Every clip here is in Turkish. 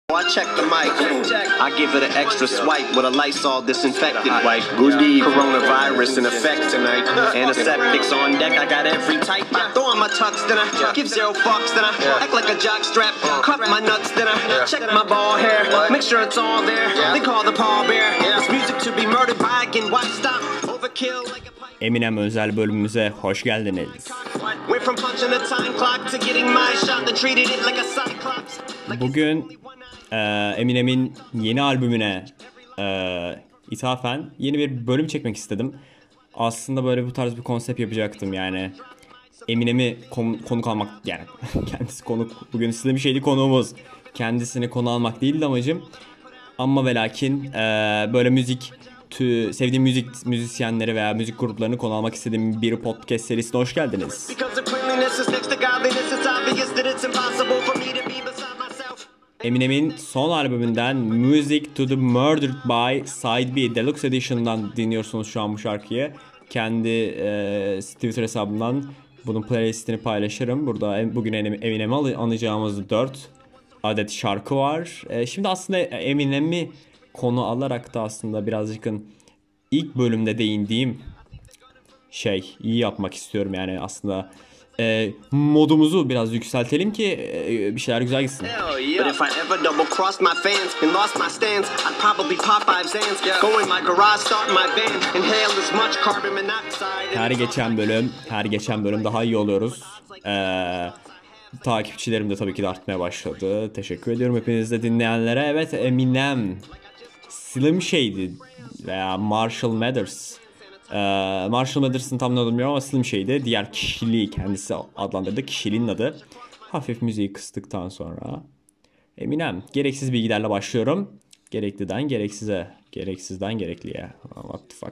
I check the mic. I give it an extra swipe with a Lysol disinfectant wipe. Good deed. Coronavirus in effect tonight. Antiseptics on deck. I got every type. I throw on my tux, then I give zero fucks, then I act like a jock strap. Cut my nuts, then I check my ball hair. Make sure it's all there. They call the pallbearer. This music to be murdered by again. Why stop? Overkill like a pipe. Eminem özel bölümümüze hoş geldiniz. Went from punching the time clock to getting my shot and treated it like a cyclops. Bugün Eminem'in yeni albümüne ithafen yeni bir bölüm çekmek istedim. Aslında böyle bu tarz bir konsept yapacaktım yani. Eminem'i konuk almak, yani kendisi konuk. Bugün Slim Shady konuğumuz. Kendisini konu almak değildi amacım. Ama ve lakin böyle sevdiğim müzisyenleri veya müzik gruplarını konu almak istediğim bir podcast serisine hoş geldiniz. Eminem'in son albümünden Music to the Murdered by Side B Deluxe Edition'dan dinliyorsunuz şu an bu şarkıyı. Kendi Twitter hesabımdan bunun playlistini paylaşırım. Burada bugün Eminem'i anacağımız 4 adet şarkı var. Şimdi aslında Eminem'i konu alarak da aslında birazcık ilk bölümde değindiğim iyi yapmak istiyorum yani aslında. Modumuzu biraz yükseltelim ki bir şeyler güzel gitsin. Her geçen bölüm daha iyi oluyoruz. Takipçilerim de tabii ki de artmaya başladı. Teşekkür ediyorum hepinize dinleyenlere. Evet, Eminem, Slim Shady veya Marshall Mathers. Marshall Mathers'ın tam ne bilmiyorum ama Slim Shady diğer kişiliği kendisi adlandırdı. Kişiliğinin adı. Hafif müziği kıstıktan sonra Eminem. Gereksiz bilgilerle başlıyorum. Gerekliden gereksize. Gereksizden gerekliye. What the fuck.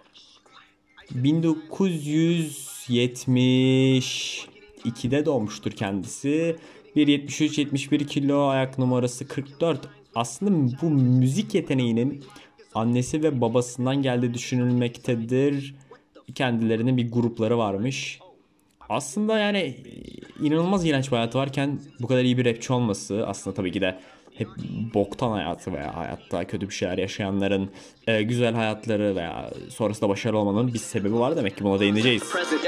1972'de doğmuştur kendisi. 1.73-71 kilo, ayak numarası 44. Aslında bu müzik yeteneğinin annesi ve babasından geldiği düşünülmektedir. Kendilerinin bir grupları varmış. Aslında yani inanılmaz iğrenç bir hayatı varken bu kadar iyi bir rapçi olması, aslında tabii ki de hep boktan hayatı veya hayatta kötü bir şeyler yaşayanların güzel hayatları veya sonrasında başarılı olmanın bir sebebi var, demek ki buna değineceğiz.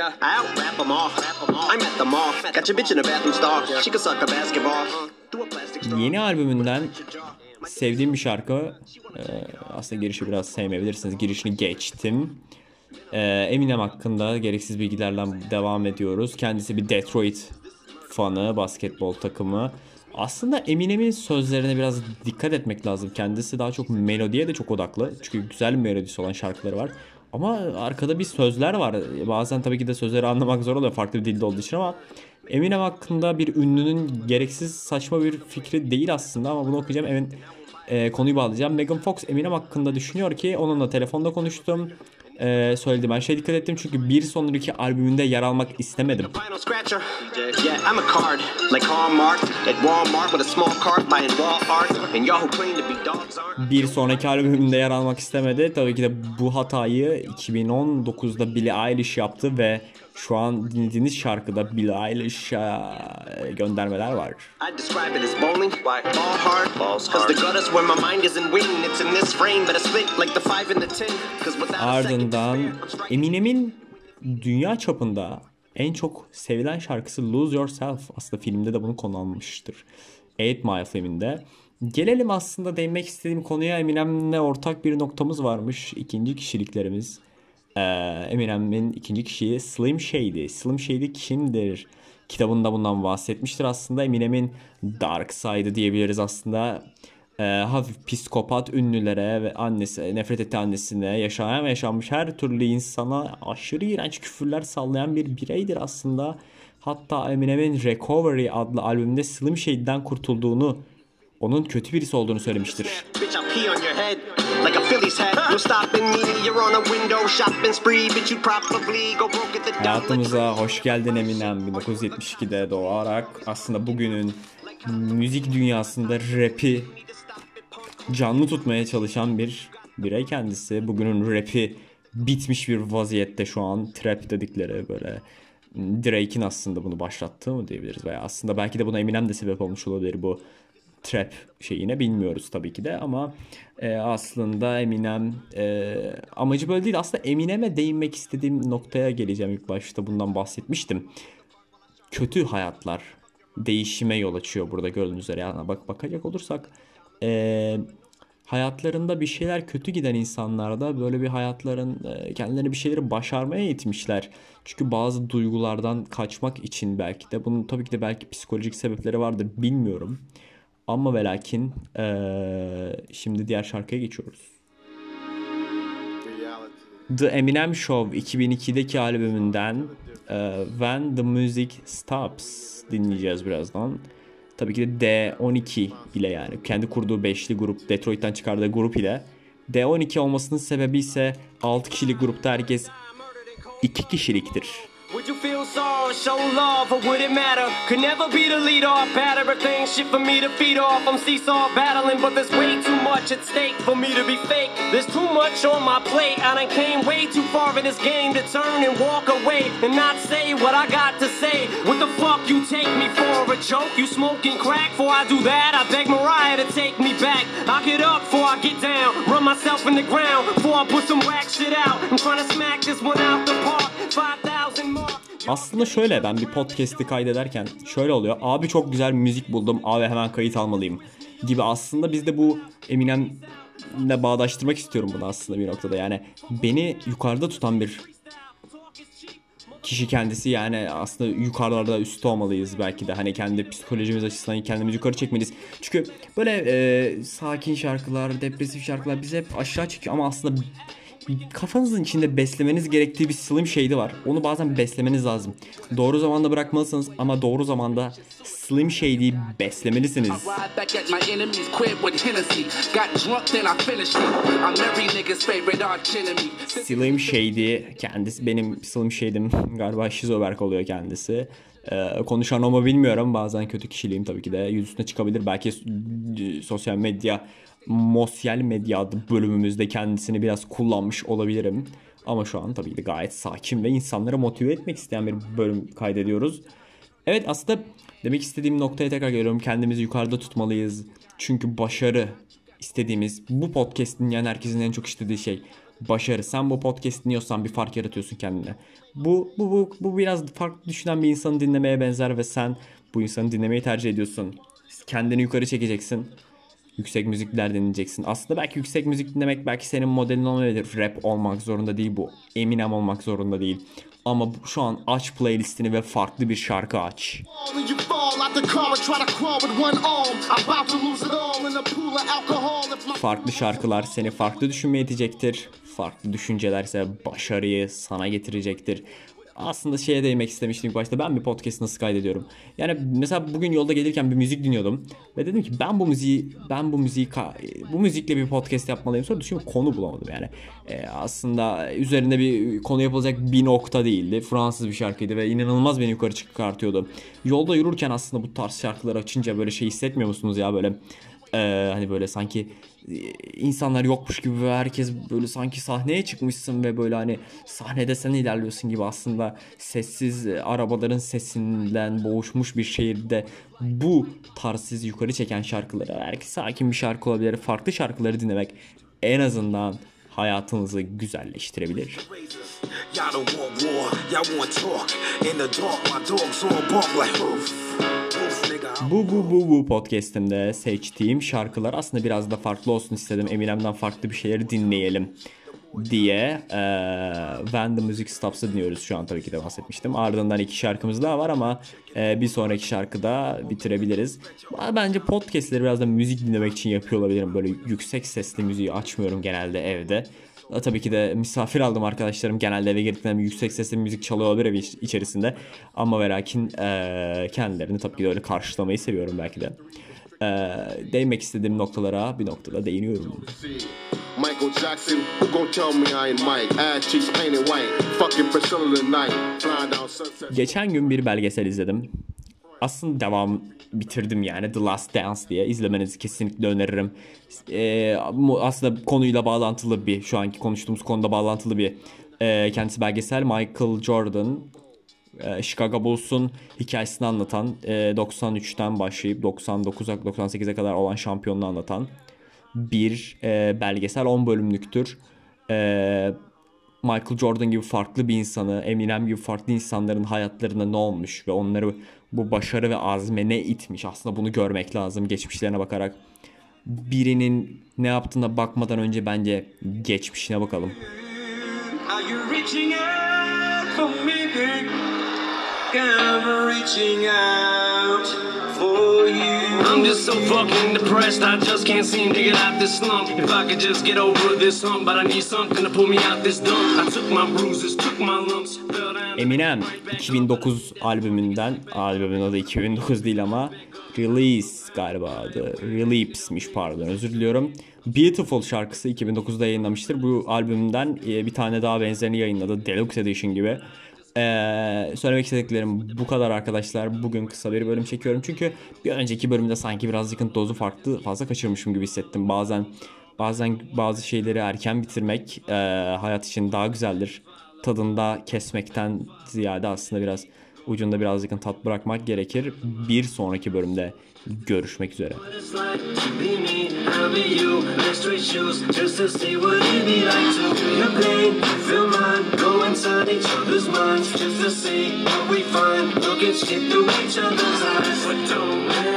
Yeni albümünden sevdiğim bir şarkı, aslında girişi biraz sevmeyebilirsiniz, girişini geçtim. Eminem hakkında gereksiz bilgilerle devam ediyoruz. Kendisi bir Detroit fanı, basketbol takımı. Aslında Eminem'in sözlerine biraz dikkat etmek lazım. Kendisi daha çok melodiye de çok odaklı. Çünkü güzel bir melodisi olan şarkıları var. Ama arkada bir sözler var. Bazen tabii ki de sözleri anlamak zor oluyor farklı bir dilde olduğu için, ama Eminem hakkında bir ünlünün gereksiz saçma bir fikri değil aslında, ama bunu okuyacağım. Konuyu bağlayacağım. Megan Fox Eminem hakkında düşünüyor ki, onunla telefonda konuştum. Söyledi. Ben dikkat ettim çünkü bir sonraki albümünde yer almak istemedim. Bir sonraki albümünde yer almak istemedi. Tabii ki de bu hatayı 2019'da Billie Eilish yaptı ve şu an dinlediğiniz şarkıda Billie Eilish'e göndermeler var. Ardından Eminem'in dünya çapında en çok sevilen şarkısı Lose Yourself. Aslında filmde de bunu konu almıştır. 8 Mile filminde. Gelelim aslında değinmek istediğim konuya. Eminem'le ortak bir noktamız varmış. İkinci kişiliklerimiz. Eminem'in ikinci kişiliği Slim Shady. Slim Shady kimdir? Kitabında bundan bahsetmiştir aslında. Eminem'in Dark Side'ı diyebiliriz aslında. Hafif psikopat ünlülere ve nefret ettiği annesine, yaşayan ve yaşanmış her türlü insana aşırı iğrenç küfürler sallayan bir bireydir aslında. Hatta Eminem'in Recovery adlı albümünde Slim Shady'den kurtulduğunu, onun kötü birisi olduğunu söylemiştir. Hayatımıza hoş geldin Eminem. 1972'de doğarak aslında bugünün müzik dünyasında rap'i canlı tutmaya çalışan bir birey kendisi. Bugünün rap'i bitmiş bir vaziyette şu an. Trap dedikleri böyle Drake'in aslında bunu başlattığı mı diyebiliriz, veya aslında belki de buna Eminem de sebep olmuş olabilir, bu trap şeyine bilmiyoruz tabii ki de ama aslında Eminem amacı böyle değil. Aslında Eminem'e değinmek istediğim noktaya geleceğim, ilk başta bundan bahsetmiştim. Kötü hayatlar değişime yol açıyor burada gördüğünüz üzere. Yani bakacak olursak hayatlarında bir şeyler kötü giden insanlarda böyle bir hayatların kendilerine bir şeyleri başarmaya itmişler. Çünkü bazı duygulardan kaçmak için belki de, bunun tabii ki de belki psikolojik sebepleri vardır, bilmiyorum. Ama ve lakin şimdi diğer şarkıya geçiyoruz. The Eminem Show 2002'deki albümünden When the Music Stops dinleyeceğiz birazdan. Tabii ki de D12 ile, yani kendi kurduğu beşli grup, Detroit'ten çıkardığı grup ile. D12 olmasının sebebi ise 6 kişilik grupta herkes 2 kişiliktir. Would you feel sorrow, show love, or would it matter? Could never be the leader, I pat everything, shit for me to feed off. I'm seesaw battling, but there's way too much at stake for me to be fake. There's too much on my plate, I done came way too far in this game to turn and walk away and not say what I got to say. What the fuck you take me for, a joke? You smoking crack? Before I do that, I beg Mariah to take me back. I get up before I get down, run myself in the ground before I put some whack shit out. I'm trying to smack this one out the park, 5,000 more. Aslında şöyle, ben bir podcast'i kaydederken şöyle oluyor. Abi çok güzel bir müzik buldum, abi hemen kayıt almalıyım gibi. Aslında biz de bu Eminem'le bağdaştırmak istiyorum bunu aslında bir noktada. Yani beni yukarıda tutan bir kişi kendisi, yani aslında yukarılarda, üstte olmalıyız belki de. Hani kendi psikolojimiz açısından kendimizi yukarı çekmeliyiz. Çünkü böyle sakin şarkılar, depresif şarkılar bizi hep aşağı çekiyor ama aslında kafanızın içinde beslemeniz gerektiği bir Slim Shady var. Onu bazen beslemeniz lazım. Doğru zamanda bırakmalısınız ama doğru zamanda Slim Shady'yi beslemelisiniz. Slim Shady kendisi, benim Slim Shady'm galiba şizoberk oluyor kendisi. Konuşan o mu bilmiyorum. Bazen kötü kişiliğim tabii ki de yüz üstüne çıkabilir. Belki sosyal medya adı bölümümüzde kendisini biraz kullanmış olabilirim. Ama şu an tabii ki de gayet sakin ve insanları motive etmek isteyen bir bölüm kaydediyoruz. Evet, aslında demek istediğim noktaya tekrar geliyorum. Kendimizi yukarıda tutmalıyız. Çünkü başarı istediğimiz, bu podcast dinleyen herkesin en çok istediği şey başarı. Sen bu podcast dinliyorsan bir fark yaratıyorsun kendine. Bu biraz farklı düşünen bir insanı dinlemeye benzer ve sen bu insanı dinlemeyi tercih ediyorsun. Kendini yukarı çekeceksin. Yüksek müzikler dinleyeceksin. Aslında belki yüksek müzik dinlemek belki senin modelin olmayabilir. Rap olmak zorunda değil bu. Eminem olmak zorunda değil. Ama şu an aç playlistini ve farklı bir şarkı aç. Farklı şarkılar seni farklı düşünmeye itecektir. Farklı düşünceler ise başarıyı sana getirecektir. Aslında şeye değinmek istemiştim ilk başta. Ben bir podcast nasıl kaydediyorum? Yani mesela bugün yolda gelirken bir müzik dinliyordum ve dedim ki bu müzikle bir podcast yapmalıyım. Sonra düşünüyorum, konu bulamadım yani. Aslında üzerinde bir konu yapılacak bir nokta değildi. Fransız bir şarkıydı ve inanılmaz beni yukarı çıkartıyordu. Yolda yürürken aslında bu tarz şarkıları açınca böyle şey hissetmiyor musunuz ya, böyle hani böyle sanki insanlar yokmuş gibi ve herkes böyle sanki sahneye çıkmışsın ve böyle hani sahnede sen ilerliyorsun gibi, aslında sessiz arabaların sesinden boğuşmuş bir şehirde bu tarz sizi yukarı çeken şarkıları, belki sakin bir şarkı olabilir, farklı şarkıları dinlemek en azından hayatınızı güzelleştirebilir. Bu podcast'imde seçtiğim şarkılar aslında biraz da farklı olsun istedim. Eminem'den farklı bir şeyleri dinleyelim diye When the Music Stops'ı dinliyoruz şu an, tabii ki de bahsetmiştim. Ardından 2 şarkımız daha var ama bir sonraki şarkıda bitirebiliriz. Bence podcast'leri biraz da müzik dinlemek için yapıyor olabilirim. Böyle yüksek sesli müziği açmıyorum genelde evde. Tabii ki de misafir aldım arkadaşlarım. Genelde eve girdiklerinde yüksek sesli müzik çalıyor olabilir ev içerisinde. Ama ve lakin kendilerini tabii ki de öyle karşılamayı seviyorum belki de. Değinmek istediğim noktalara bir noktada değiniyorum. Michael Jackson, who gon' tell me I ain't Mike? Ass cheeks painted white, fucking Priscilla tonight. Flying down Sunset. Geçen gün bir belgesel izledim. Aslında devam bitirdim yani, The Last Dance diye. İzlemenizi kesinlikle öneririm. Aslında konuyla bağlantılı bir, şu anki konuştuğumuz konuda bağlantılı bir kendisi belgesel. Michael Jordan Chicago Bulls'un hikayesini anlatan, 93'ten başlayıp 98'e kadar olan şampiyonluğu anlatan bir belgesel. 10 bölümlüktür. Michael Jordan gibi farklı bir insanı, Eminem gibi farklı insanların hayatlarında ne olmuş ve onları bu başarı ve azme ne itmiş, aslında bunu görmek lazım geçmişlerine bakarak. Birinin ne yaptığına bakmadan önce bence geçmişine bakalım. I'm just so fucking depressed, I just can't seem to get out this slump. If I could just get over this hump, but I need something to pull me out this dump. I took my bruises, took my lumps, fell down. Eminem 2009 albümünden, albümün adı 2009 değil ama Release galiba adı. Release'miş, pardon, özür diliyorum. Beautiful şarkısı 2009'da yayınlamıştır. Bu albümden bir tane daha benzerini yayınladı, Deluxe Edition gibi. Söylemek istediklerim bu kadar arkadaşlar. Bugün kısa bir bölüm çekiyorum çünkü bir önceki bölümde sanki birazcık dozu fazla kaçırmışım gibi hissettim. Bazen bazı şeyleri erken bitirmek hayat için daha güzeldir. Tadında kesmekten ziyade aslında biraz ucunda birazcık tat bırakmak gerekir. Bir sonraki bölümde görüşmek üzere. Just to see what we find, look and skip through each other's eyes. But don't